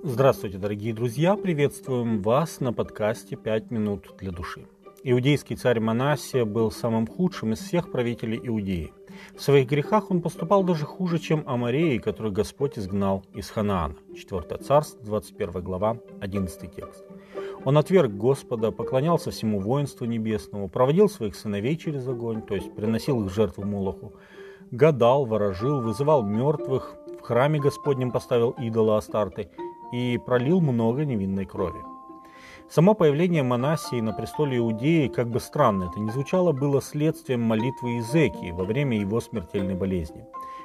Здравствуйте, дорогие друзья! Приветствуем вас на подкасте «5 минут для души». Иудейский царь Манассия был самым худшим из всех правителей Иудеи. В своих грехах он поступал даже хуже, чем амореи, которых Господь изгнал из Ханаана. 4 Царств, 21 глава, 11 текст. Он отверг Господа, поклонялся всему воинству небесному, проводил своих сыновей через огонь, то есть приносил их в жертву Молоху, гадал, ворожил, вызывал мертвых, в храме Господнем поставил идола Астарты и пролил много невинной крови. Само появление Манассии на престоле Иудеи, как бы странно это ни звучало, было следствием молитвы Иезекии во время его смертельной болезни.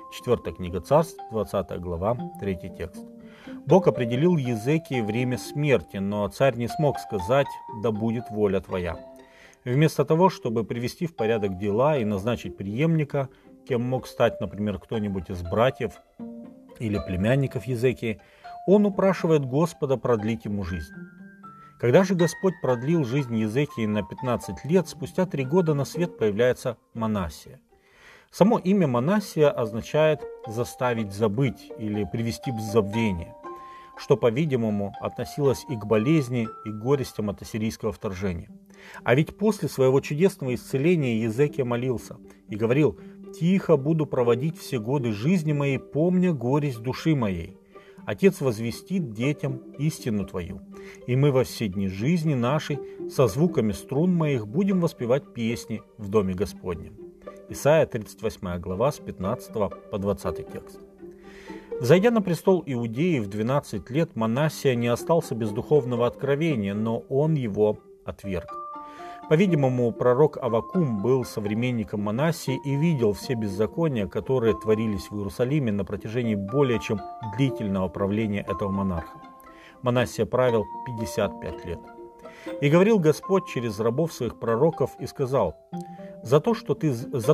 4 книга Царств, 20 глава, 3 текст. Бог определил Иезекии время смерти, но царь не смог сказать «да будет воля твоя». Вместо того, чтобы привести в порядок дела и назначить преемника, кем мог стать, например, кто-нибудь из братьев или племянников Иезекии, он упрашивает Господа продлить ему жизнь. Когда же Господь продлил жизнь Иезекии на 15 лет, спустя 3 года на свет появляется Манассия. Само имя Манассия означает «заставить забыть» или «привести в забвение», что, по-видимому, относилось и к болезни, и к горестям от ассирийского вторжения. А ведь после своего чудесного исцеления Иезекия молился и говорил: «Тихо буду проводить все годы жизни моей, помня горесть души моей. Отец возвестит детям истину Твою, и мы во все дни жизни нашей со звуками струн моих будем воспевать песни в Доме Господнем». Исайя 38 глава с 15 по 20 текст. Взойдя на престол Иудеи в 12 лет, Манассия не остался без духовного откровения, но он его отверг. По-видимому, пророк Аввакум был современником Манассии и видел все беззакония, которые творились в Иерусалиме на протяжении более чем длительного правления этого монарха. Манассия правил 55 лет. «И говорил Господь через рабов своих пророков и сказал: за то, что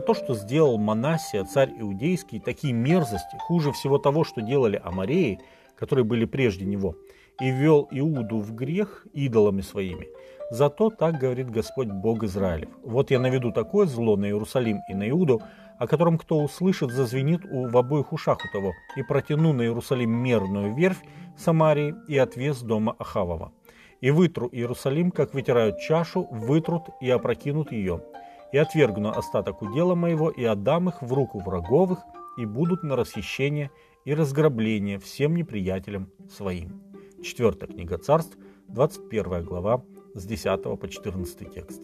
сделал Манассия, царь иудейский, такие мерзости, хуже всего того, что делали амореи, которые были прежде него, и ввел Иуду в грех идолами своими. Зато так говорит Господь Бог Израилев: вот я наведу такое зло на Иерусалим и на Иуду, о котором кто услышит, зазвенит в обоих ушах у того, и протяну на Иерусалим мерную верфь Самарии и отвес дома Ахавова. И вытру Иерусалим, как вытирают чашу, вытрут и опрокинут ее. И отвергну остаток удела моего, и отдам их в руку враговых, и будут на расхищение и разграбление всем неприятелям своим». 4 книга Царств, 21 глава, с 10 по 14 текст.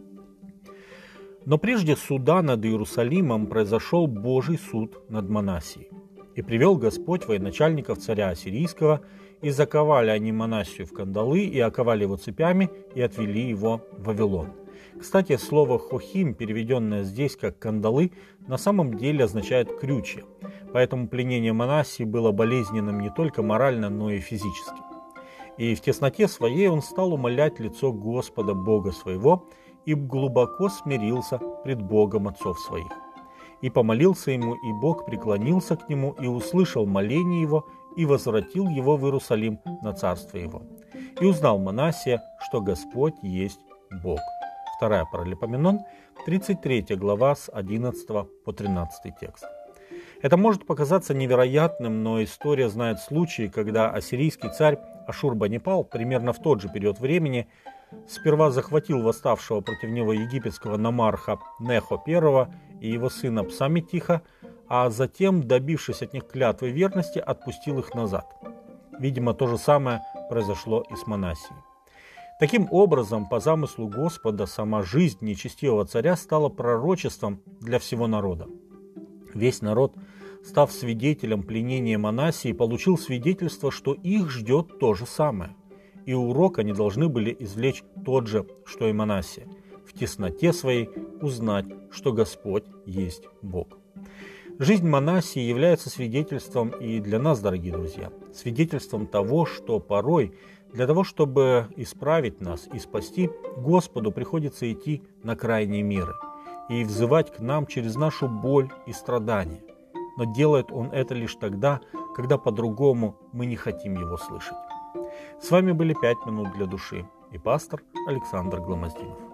Но прежде суда над Иерусалимом произошел Божий суд над Манассией. «И привел Господь военачальников царя Ассирийского, и заковали они Манассию в кандалы, и оковали его цепями, и отвели его в Вавилон». Кстати, слово «хохим», переведенное здесь как «кандалы», на самом деле означает «крючья». Поэтому пленение Манассии было болезненным не только морально, но и физически. И в тесноте своей он стал умолять лицо Господа Бога своего и глубоко смирился пред Богом отцов своих. И помолился ему, и Бог преклонился к нему и услышал моление его, и возвратил его в Иерусалим на царство его. И узнал Манассия, что Господь есть Бог. 2 Паралипоменон, 33 глава с 11 по 13 текст. Это может показаться невероятным, но история знает случаи, когда ассирийский царь Ашурбанипал примерно в тот же период времени сперва захватил восставшего против него египетского намарха Нехо I и его сына Псаметиха, а затем, добившись от них клятвы верности, отпустил их назад. Видимо, то же самое произошло и с Манассией. Таким образом, по замыслу Господа, сама жизнь нечестивого царя стала пророчеством для всего народа. Весь народ, став свидетелем пленения Манассии, получил свидетельство, что их ждет то же самое. И урок они должны были извлечь тот же, что и Манассия: в тесноте своей узнать, что Господь есть Бог. Жизнь Манассии является свидетельством и для нас, дорогие друзья, свидетельством того, что порой для того, чтобы исправить нас и спасти, Господу приходится идти на крайние меры и взывать к нам через нашу боль и страдания. Но делает Он это лишь тогда, когда по-другому мы не хотим Его слышать. С вами были 5 минут для души и пастор Александр Гломоздинов.